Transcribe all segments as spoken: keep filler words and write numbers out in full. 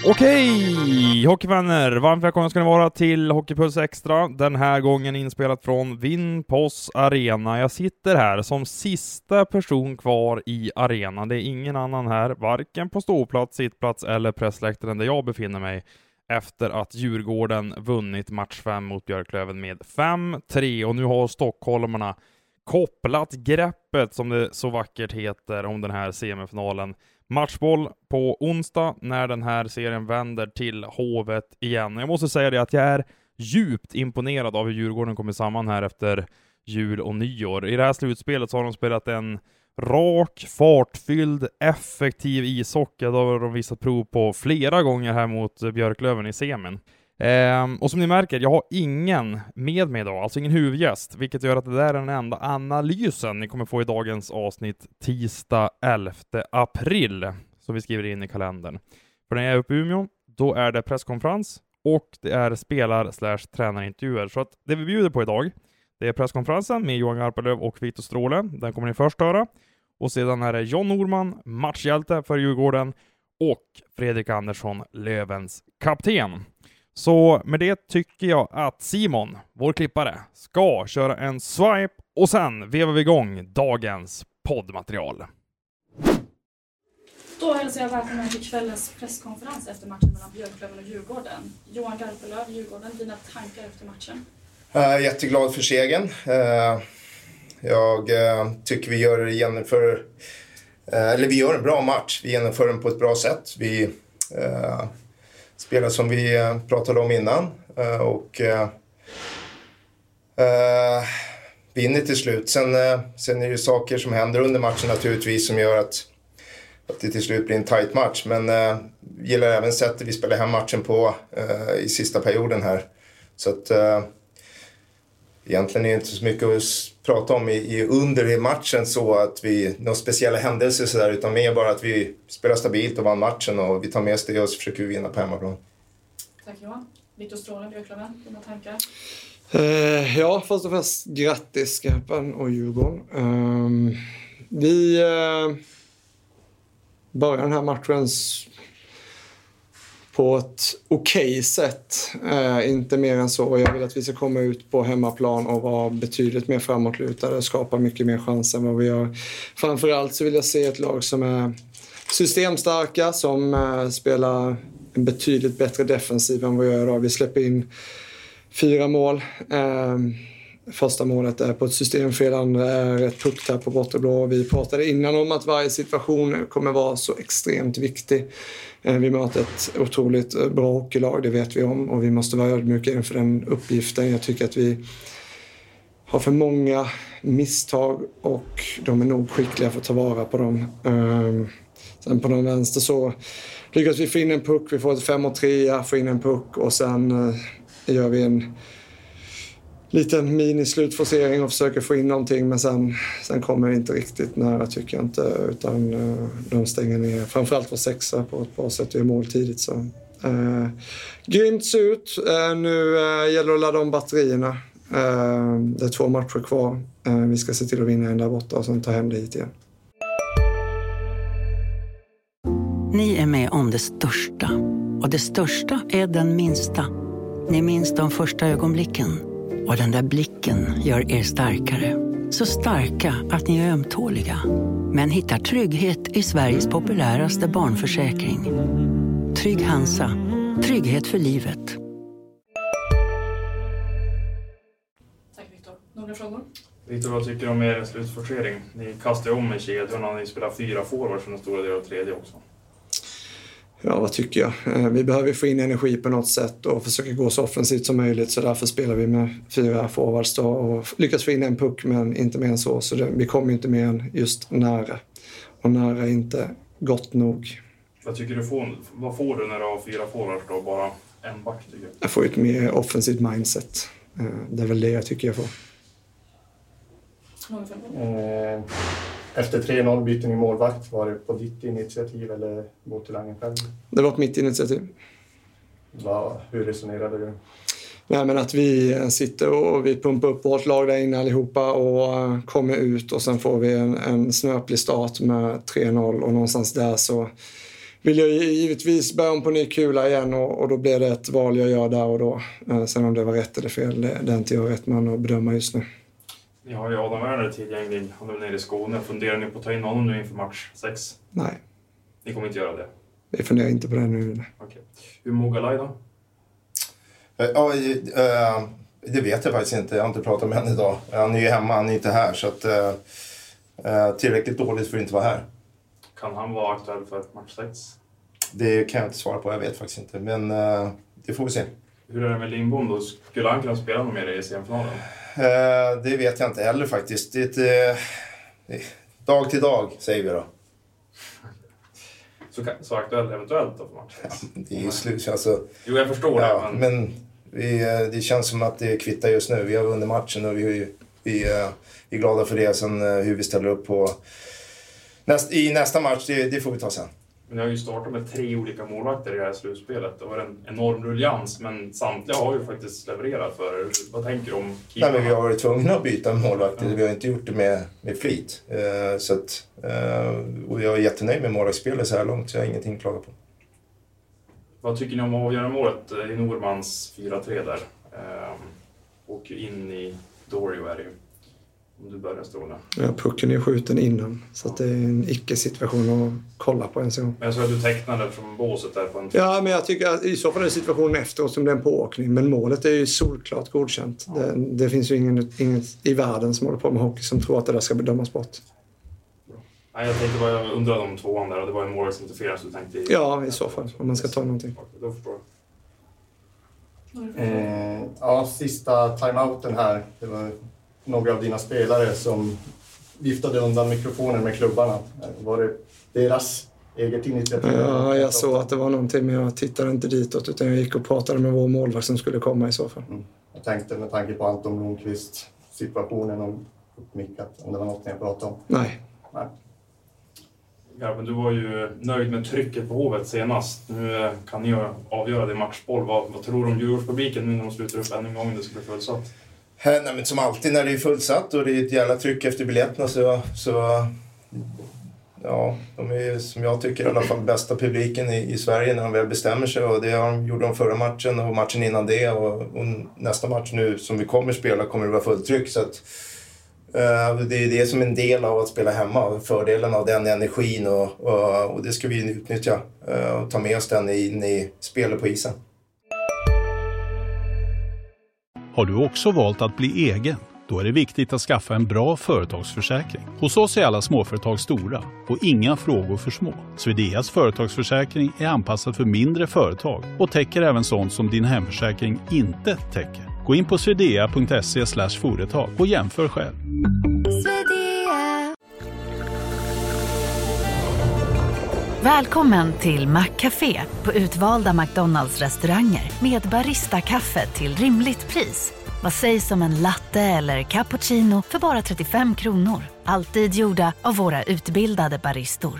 Okej, hockeyvänner, varmt välkomna ska ni vara till Hockeypuls Extra. Den här gången inspelat från Vinpos Arena. Jag sitter här som sista person kvar i arenan. Det är ingen annan här, varken på ståplats, sittplats eller pressläktaren där jag befinner mig. Efter att Djurgården vunnit match fem mot Björklöven med fem tre. Och nu har stockholmarna kopplat greppet, som det så vackert heter, om den här semifinalen. Matchboll på onsdag när den här serien vänder till Hovet igen. Jag måste säga det att jag är djupt imponerad av hur Djurgården kommer samman här efter jul och nyår. I det här slutspelet så har de spelat en rak, fartfylld, effektiv ishockey. Det har de visat prov på flera gånger här mot Björklöven i semin. Ehm, och som ni märker, jag har ingen med mig idag, alltså ingen huvudgäst, vilket gör att det där är den enda analysen ni kommer få i dagens avsnitt tisdag elfte april, som vi skriver in i kalendern. För när jag är uppe i Umeå, då är det presskonferens och det är spelar slash tränarintervjuer. Så att det vi bjuder på idag, det är presskonferensen med Johan Garpenlöv och Victor Stråle. Den kommer ni först höra. Och sedan är det John Norman, matchhjälte för Djurgården, och Fredrik Andersson, Lövens kapten. Så med det tycker jag att Simon, vår klippare, ska köra en swipe och sen vevar vi igång dagens poddmaterial. Då hälsar jag välkommen till kvällens presskonferens efter matchen mellan Björklöven och Djurgården. Johan Garpenlöv, Djurgården, dina tankar efter matchen? Uh, jätteglad för segern. Uh, jag uh, tycker vi gör det igen för, uh, eller vi gör en bra match. Vi genomför den på ett bra sätt. Vi uh, spelar som vi uh, pratade om innan uh, och uh, uh, vinner till slut. Sen, uh, sen är det saker som händer under matchen naturligtvis som gör att att det till slut blir en tight match. Men uh, gillar även sättet vi spelar hem matchen på uh, i sista perioden här. Så att uh, egentligen är det inte så mycket att prata om i, i under i matchen så att vi, några speciella händelser så där, utan mer bara att vi spelar stabilt och vann matchen och vi tar med oss det och så försöker vi vinna på hemmaplan. Tack Johan. Victor Stråle, Björklöven, dina tankar? Uh, ja, först och främst grattis Skarpen och Djurgården. Uh, vi uh, börjar den här matchen på ett okej okay sätt. Uh, inte mer än så. Jag vill att vi ska komma ut på hemmaplan och vara betydligt mer framåtlutade och skapa mycket mer chanser än vad vi gör. Framförallt så vill jag se ett lag som är systemstarka, som uh, spelar en betydligt bättre defensiv än vad vi gör idag. Vi släpper in fyra mål. Uh, Första målet är på ett systemfel, andra är ett pucktapp på bortre blå. Vi pratade innan om att varje situation kommer vara så extremt viktig. Vi möter ett otroligt bra hockeylag, det vet vi om. Och vi måste vara ödmjuka inför den uppgiften. Jag tycker att vi har för många misstag och de är nog skickliga för att ta vara på dem. Sen på den vänster så lyckas vi få in en puck. Vi får ett fem och tre, får in en puck och sen gör vi en liten minislutforcering och försöker få in någonting, men sen, sen kommer det inte riktigt nära tycker jag inte, utan uh, de stänger ner framförallt på sexa på ett bra sätt och gör mål tidigt. Så. Uh, grymt ser ut. Uh, nu uh, gäller det att ladda om batterierna. Uh, det är två matcher kvar. Uh, vi ska se till att vinna en där borta och sen ta hem det hit igen. Ni är med om det största, och det största är den minsta. Ni minns de första ögonblicken. Och den där blicken gör er starkare. Så starka att ni är ömtåliga. Men hittar trygghet i Sveriges populäraste barnförsäkring. Trygg Hansa. Trygghet för livet. Tack Victor. Några frågor? Victor, vad tycker du om er slutforcering? Ni kastar om i kedjorna och ni spelar fyra forwards från den stora delen av tredje också. Ja, vad tycker jag? Vi behöver få in energi på något sätt och försöka gå så offensivt som möjligt. Så därför spelar vi med fyra forwards då och lyckas få in en puck, men inte mer än så. Så det, vi kommer inte mer än just nära. Och nära är inte gott nog. Vad tycker du får, vad får du när du har fyra forwards då? Bara en back tycker jag. Jag får ett mer offensivt mindset. Det är väl det jag tycker jag får. Eh, efter tre noll byten i målvakt, var det på ditt initiativ eller mot Langen själv? Det var på mitt initiativ. Va, hur resonerade du? Nej, men att vi sitter och vi pumpar upp vårt lag där inne allihopa och kommer ut och sen får vi en, en snöplig start med tre noll och någonstans där så vill jag givetvis börja om på ny kula igen och, och då blir det ett val jag gör där och då. Eh, sen om det var rätt eller fel, det, det är inte jag rätt man att bedöma just nu. Ni har ju Adam Werner tillgänglig, han är nere i Skåne. Funderar ni på att ta in honom nu inför match sex? Nej. Ni kommer inte göra det? Vi funderar inte på det nu. Okej. Hur mår Galaj då? Ja, äh, det vet jag faktiskt inte. Jag har inte pratat med henne idag. Han är ju hemma, han är inte här. Så att, äh, tillräckligt dåligt för att inte vara här. Kan han vara aktuell för match sex? Det kan jag inte svara på, jag vet faktiskt inte. Men äh, det får vi se. Hur är det med Lindbom då? Skulle han kunna spela något mer i semifinalen? Äh, det vet jag inte heller faktiskt. Det är ett, äh, dag till dag, säger vi då. Så, så aktuell eventuellt då för match sex? Ja, det är ju slut. Alltså, jo, jag förstår ja, det. Men, men vi, det känns som att det kvittar just nu. Vi har vunnit matchen och vi, vi, vi är glada för det. Sen hur vi ställer upp på näst, i nästa match, det, det får vi ta sen. Men jag har ju startat med tre olika målvakter i det här slutspelet. Det var en enorm ruljans, men samtliga har ju faktiskt levererat för. Vad tänker du om Nej, men vi har varit tvungna att byta målvakter. Mm. Vi har inte gjort det med, med flit. Uh, så att, uh, och jag är jättenöjd med målvaktsspelet så här långt, så jag har ingenting att klaga på. Vad tycker ni om avgörande målet i Normans fyra tre där? Uh, och in i Dorio är det ju. Om du börjar stråla. Ja, pucken är skjuten innan. Så att det är en icke-situation att kolla på en sån. Men jag såg att du tecknade från båset där på en... Ja, men jag tycker att i så fall är situationen efteråt som den pååkning. Men målet är ju solklart godkänt. Ja. Det, det finns ju ingen, ingen i världen som håller på med hockey som tror att det där ska bedömas bort. Nej, jag tänkte bara, jag undrade om tvåan där och det var en målvaktsinterferens så tänkte jag... Ja, i så fall. Om man ska ta någonting. Då förstår jag. Eh, ja, sista timeouten här. Det var några av dina spelare som viftade undan mikrofonen med klubbarna. Var det deras eget initiativ? Ja, jag såg att det var någonting, men jag tittade inte ditåt utan jag gick och pratade med vår målvakt som skulle komma i så fall. Mm. Jag tänkte med tanke på Anton Blomqvist situationen om uppmickat, om det var något ni pratade om. Nej. Nej. Ja, men du var ju nöjd med trycket på Hovet senast. Nu kan ni ju avgöra det i matchboll. Vad, vad tror du om Djurgårdspubliken nu när de slutar upp ännu en gång det skulle bli fullsatt? Nej, men som alltid när det är fullsatt och det är ett jävla tryck efter biljetterna så, så ja, de är som jag tycker i alla fall bästa publiken i, i Sverige när de väl bestämmer sig, och det gjorde de förra matchen och matchen innan det, och, och nästa match nu som vi kommer spela kommer det vara fulltryck, så att uh, det är det som är en del av att spela hemma, fördelen av den energin, och, och, och det ska vi utnyttja uh, och ta med oss den in i spelet på isen. Har du också valt att bli egen? Då är det viktigt att skaffa en bra företagsförsäkring. Hos oss är alla småföretag stora och inga frågor för små. Swedeas företagsförsäkring är anpassad för mindre företag och täcker även sånt som din hemförsäkring inte täcker. Gå in på swedea punkt se slash företag och jämför själv. Välkommen till Maccafé på utvalda McDonalds-restauranger med barista-kaffe till rimligt pris. Vad sägs om en latte eller cappuccino för bara trettiofem kronor? Alltid gjorda av våra utbildade baristor.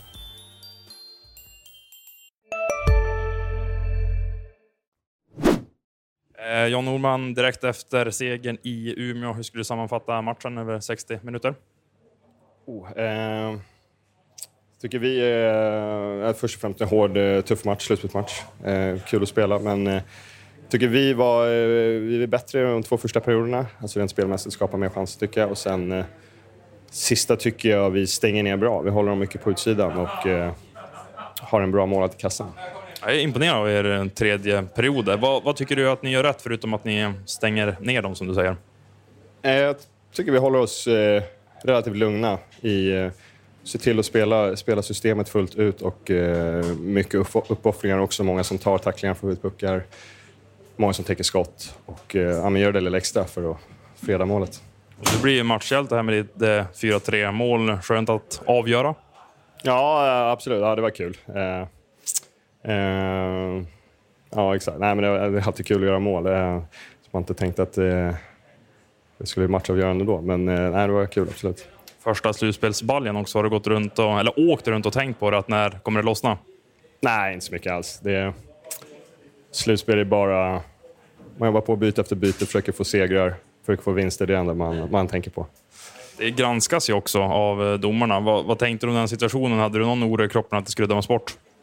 Eh, John Norman, direkt efter segern i Umeå, hur skulle du sammanfatta matchen över sextio minuter? Oh, eh... tycker vi är eh, först och främst en hård, tuff match, slutspelsmatch. Eh, kul att spela, men eh, tycker vi var, eh, vi var bättre de två första perioderna. Alltså rent spelmässigt skapar mer chans tycker jag. Och sen eh, sista tycker jag vi stänger ner bra. Vi håller dem mycket på utsidan och eh, har en bra mål till kassan. Jag är imponerad av er tredje period. Vad, vad tycker du att ni gör rätt förutom att ni stänger ner dem som du säger? Eh, jag tycker vi håller oss eh, relativt lugna i... Eh, Se till att spela, spela systemet fullt ut och eh, mycket upp, uppoffringar också. Många som tar tacklingar för huvudpuckar. Många som täcker skott. Och eh, ja, gör det lite extra för att freda målet. Det blir matchhjälte här med ditt eh, fyra tre mål. Skönt att avgöra? Ja, absolut. Ja, det var kul. Eh, eh, ja, exakt. Nej, men det, det är alltid kul att göra mål. Eh, så man inte tänkte att eh, det skulle bli matchavgörande då. Men eh, nej, det var kul, absolut. Första slutspelsbaljen också, har du gått runt och, eller åkt runt och tänkt på det, att när kommer det lossna? Nej, inte så mycket alls. Det är, slutspel är bara, man jobbar på att byta efter byte, försöker få segrar, försöker få vinster, det är det enda man, man tänker på. Det granskas ju också av domarna. Vad, vad tänkte du om den situationen? Hade du någon oro i kroppen att det skulle dömas bort?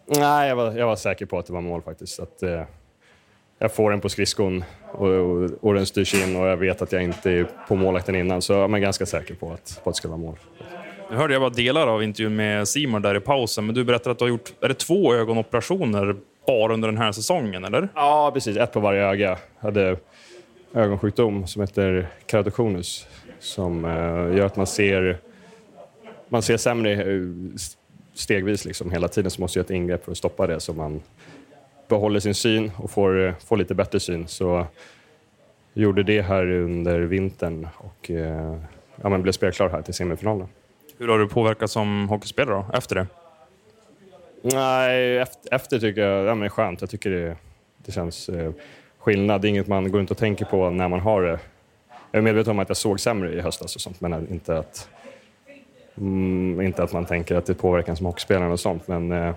Nej, jag var, jag var säker på att det var mål faktiskt. Att, eh, jag får den på skridskon och, och, och den styrs in och jag vet att jag inte är på målakten innan. Så jag är ganska säker på att, på att det ska vara mål. Nu hörde jag bara delar av intervjun med Simon där i pausen. Men du berättade att du har gjort, är det två ögonoperationer bara under den här säsongen, eller? Ja, precis. Ett på varje öga. Jag hade ögonsjukdom som heter keratokonus. Som eh, gör att man ser, man ser sämre stegvis liksom, hela tiden. Så måste jag göra ett ingrepp för att stoppa det så man behåller sin syn och får, får lite bättre syn. Så jag gjorde det här under vintern och eh, ja, men blev spelklar här till semifinalen. Hur har du påverkat som hockeyspelare då, efter det? Nej, efter, efter tycker jag ja, men det är skönt. Jag tycker det, det känns eh, skillnad. Det är inget man går inte och tänker på när man har det. Jag är medveten om att jag såg sämre i höstas och sånt, men inte att, mm, inte att man tänker att det påverkar som hockeyspelare och sånt. Men, eh,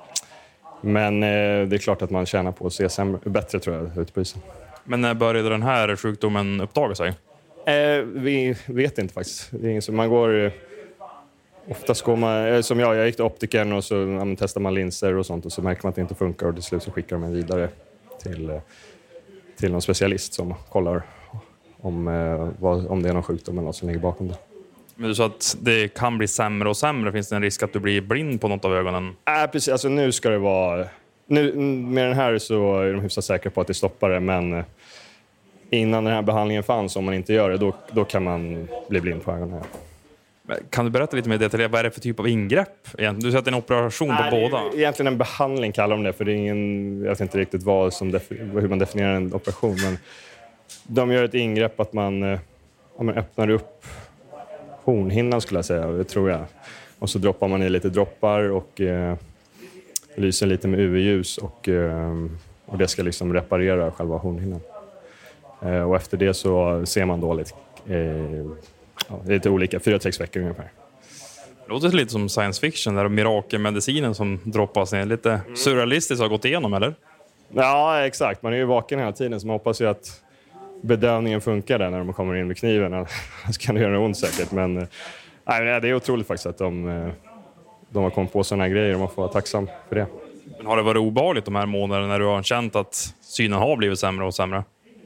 men eh, det är klart att man tjänar på att se sämre, bättre tror jag ute på isen. Men när började den här sjukdomen uppdaga sig? Eh, vi vet inte faktiskt. Det är ingen som man går... Eh, oftast går man... Eh, som jag, jag gick till optikern och så ja, testar man linser och sånt och så märker man att det inte funkar och till slut så skickar de en vidare till, eh, till någon specialist som kollar om, eh, vad, om det är någon sjukdom eller något som ligger bakom det. Men du sa att det kan bli sämre och sämre. Finns det en risk att du blir blind på något av ögonen? Nej, äh, precis. Alltså nu ska det vara... Nu, med den här så är de hyfsat säkra på att det stoppar det, men innan den här behandlingen fanns, om man inte gör det, då, då kan man bli blind på ögonen. Kan du berätta lite mer detaljerat, vad är det för typ av ingrepp? Du säger att det är en operation Nej, på båda. Egentligen en behandling kallar de det, för det är ingen, jag vet inte riktigt vad som defi- hur man definierar en operation, men de gör ett ingrepp att man, ja, man öppnar upp hornhinnan skulle jag säga, det tror jag. Och så droppar man i lite droppar och eh, lyser lite med U V-ljus och, eh, och det ska liksom reparera själva hornhinnan. Eh, och efter det så ser man dåligt. Eh, ja, det är lite olika, fyra till sex veckor ungefär. Det låter lite som science fiction, där mirakelmedicinen som droppas ner. Lite surrealistiskt har gått igenom, eller? Ja, exakt. Man är ju vaken hela tiden, så man hoppas ju att bedövningen funkar där när de kommer in med kniven. Så kan det göra ont säkert, men nej, det är otroligt faktiskt att de, de har kommit på sådana här grejer och man får vara tacksam för det. Men har det varit obehagligt de här månaderna när du har känt att synen har blivit sämre och sämre?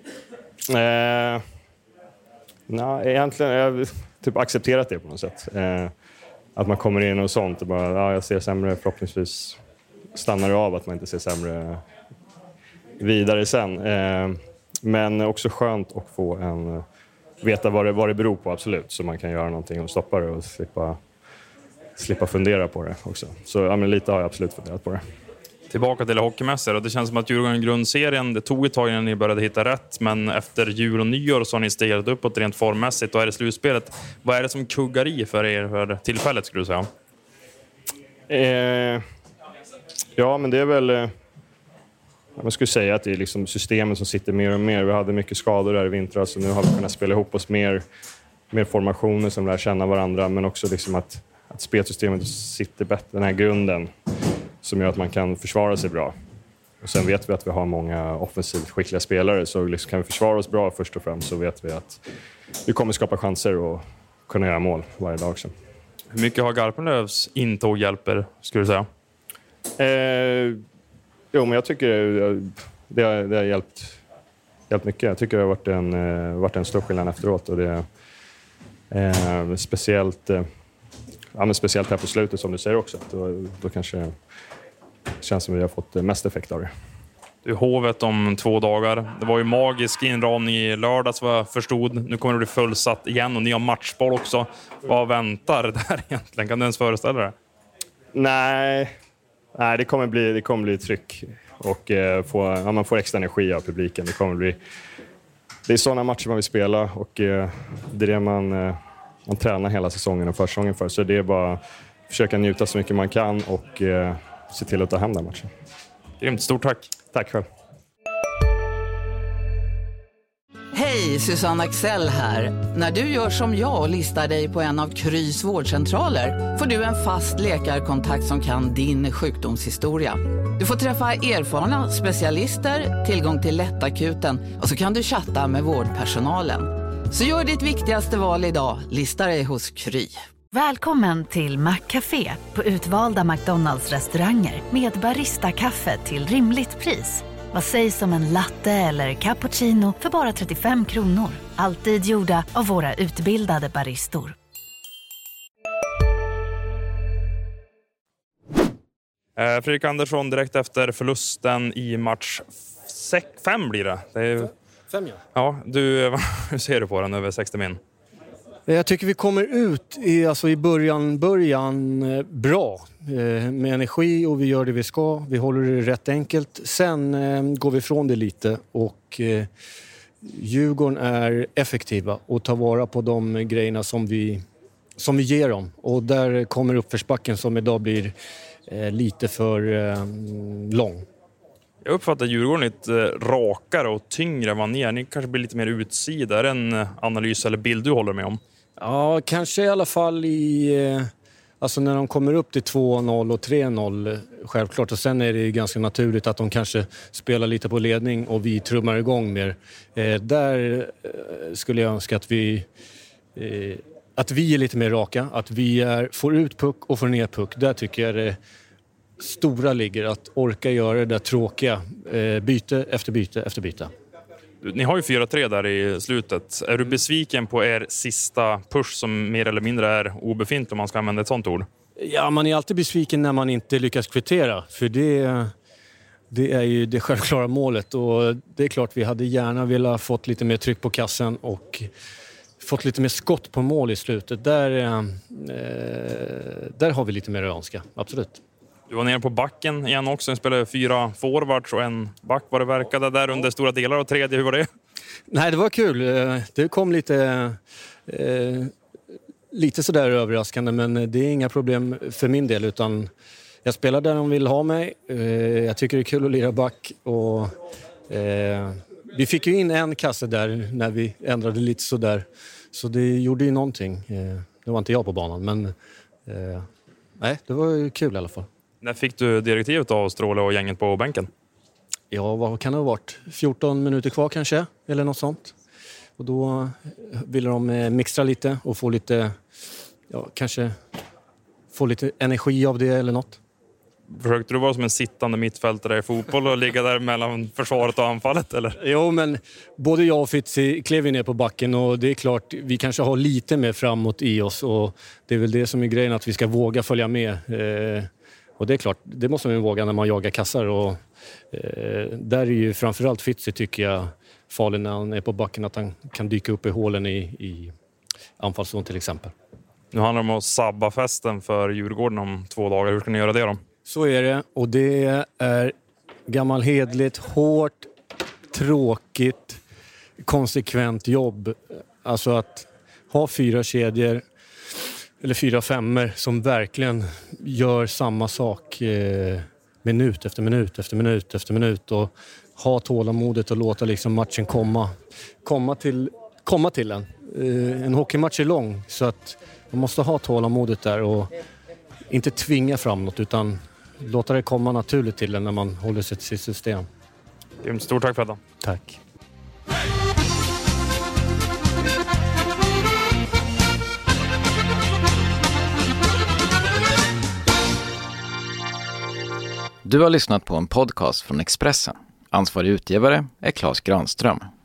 Eh, nej, egentligen har jag typ accepterat det på något sätt. Eh, att man kommer in och sånt och bara, ja, jag ser sämre, förhoppningsvis stannar det av att man inte ser sämre vidare sen. Eh, men också skönt att få en, veta vad det, vad det beror på, absolut, så man kan göra någonting och stoppa det och slippa, slippa fundera på det också. Så ja, men lite har jag absolut funderat på det. Tillbaka till hockeymässor, och det känns som att Djurgården grundserien, det tog ett tag innan ni började hitta rätt, men efter jul och nyår så har ni stegat uppåt rent formmässigt och är det slutspelet. Vad är det som kuggar i för er för tillfället, skulle du säga? Eh, ja, men det är väl... Eh, jag skulle säga att det är liksom systemet som sitter mer och mer. Vi hhade mycket skador där i vintras, så nu har vi kunnat spela ihop oss mer, mer formationer som lär känna varandra, men också liksom att, att spelsystemet sitter bättre, den här grunden som gör att man kan försvara sig bra. Och sen vet vi att vi har många offensivt skickliga spelare, så liksom kan vi försvara oss bra först och främst, så vet vi att vi kommer skapa chanser och kunna göra mål varje dag också. Hur mycket har Garpenlövs intåg hjälper, skulle du säga? Eh, jo, men jag tycker det har, det har hjälpt, hjälpt mycket. Jag tycker det har varit en, varit en stor skillnad efteråt, och det är eh, speciellt, eh, ja, men speciellt här på slutet som du säger också. Då, då kanske känns som att vi har fått mest effekt av det. Du är Hovet om två dagar. Det var ju magisk inramning i lördags, vad jag förstod. Nu kommer det bli fullsatt igen och ni har matchboll också. Vad väntar där egentligen? Kan du ens föreställa dig? Nej, Nej det, kommer bli, det kommer bli tryck. Och eh, få, ja, man får extra energi av publiken. Det kommer bli... Det är sådana matcher man vill spela, och eh, det är det man, eh, man tränar hela säsongen och försäsongen för. Så det är bara att försöka njuta så mycket man kan och eh, se till att ta hem den matchen. Grymt, stort tack. Tack själv. Hej, Susanne Axel här. När du gör som jag och listar dig på en av Krys vårdcentraler får du en fast läkarkontakt som kan din sjukdomshistoria. Du får träffa erfarna specialister, tillgång till lättakuten och så kan du chatta med vårdpersonalen. Så gör ditt viktigaste val idag, listar dig hos Kry. Välkommen till Maccafé på utvalda McDonalds restauranger med Barista-kaffe till rimligt pris. Vad sägs om en latte eller cappuccino för bara trettiofem kronor? Alltid gjorda av våra utbildade baristor. Eh, Fredrik Andersson, direkt efter förlusten i match fem blir det. det är... Fem, ja. Ja, du, hur ser du på den över sextio min? Jag tycker vi kommer ut i, alltså i början, början eh, bra eh, med energi och vi gör det vi ska. Vi håller det rätt enkelt. Sen eh, går vi från det lite och eh, Djurgården är effektiva och tar vara på de grejerna som vi, som vi ger dem. Och där kommer uppförsbacken som idag blir eh, lite för eh, lång. Jag uppfattar Djurgården lite rakare och tyngre än vad ni är. Ni kanske blir lite mer utsida. Är det en analys eller bild du håller med om? Ja, kanske i alla fall i... Alltså när de kommer upp till två noll och tre noll, självklart. Och sen är det ganska naturligt att de kanske spelar lite på ledning och vi trummar igång mer. Eh, där eh, skulle jag önska att vi... Eh, att vi är lite mer raka. Att vi är, får ut puck och får ner puck. Där tycker jag det stora ligger. Att orka göra det där tråkiga. Eh, byte efter byte efter byte. Ni har ju fyra tre där i slutet. Är du besviken på er sista push som mer eller mindre är obefintlig om man ska använda ett sånt ord? Ja, man är alltid besviken när man inte lyckas kvittera. För det, det är ju det självklara målet. Och det är klart vi hade gärna velat fått lite mer tryck på kassen och fått lite mer skott på mål i slutet. Där, eh, där har vi lite mer att önska, absolut. Du var nere på backen igen också. Du spelade fyra forwards och en back. Vad det verkade där under stora delar av tredje. Hur var det? Nej, det var kul. Det kom lite, eh, lite sådär överraskande. Men det är inga problem för min del. Utan jag spelar där de vill ha mig. Eh, jag tycker det är kul att lira back. Och, eh, vi fick ju in en kasse där när vi ändrade lite sådär. Så det gjorde ju någonting. Eh, det var inte jag på banan. Men eh, nej, det var ju kul i alla fall. När fick du direktivet av Stråle och gänget på bänken? Ja, vad kan det ha varit? fjorton minuter kvar kanske, eller något sånt. Och då ville de mixtra lite och få lite, ja, kanske få lite energi av det eller något. Försökte du vara som en sittande mittfältare i fotboll och ligga där mellan försvaret och anfallet, eller? Jo, men både jag och Fitzi klev ner på backen och det är klart, vi kanske har lite mer framåt i oss och det är väl det som är grejen, att vi ska våga följa med. Eh, Och det är klart, det måste man ju våga när man jagar kassar. Och, eh, där är ju framförallt Fitzi, tycker jag, farlig när han är på backen. Att han kan dyka upp i hålen i, i anfallszon till exempel. Nu handlar det om att sabba festen för Djurgården om två dagar. Hur ska ni göra det då? Så är det. Och det är gammal hedligt, hårt, tråkigt, konsekvent jobb. Alltså att ha fyra kedjor eller fyra femmer som verkligen gör samma sak eh, minut efter minut efter minut efter minut och ha tålamodet och låta liksom matchen komma komma till, komma till en. Eh, en hockeymatch är lång, så att man måste ha tålamodet där och inte tvinga fram något utan låta det komma naturligt till en när man håller sig till sitt system. Stort tack för det. Tack. Du har lyssnat på en podcast från Expressen. Ansvarig utgivare är Claes Granström.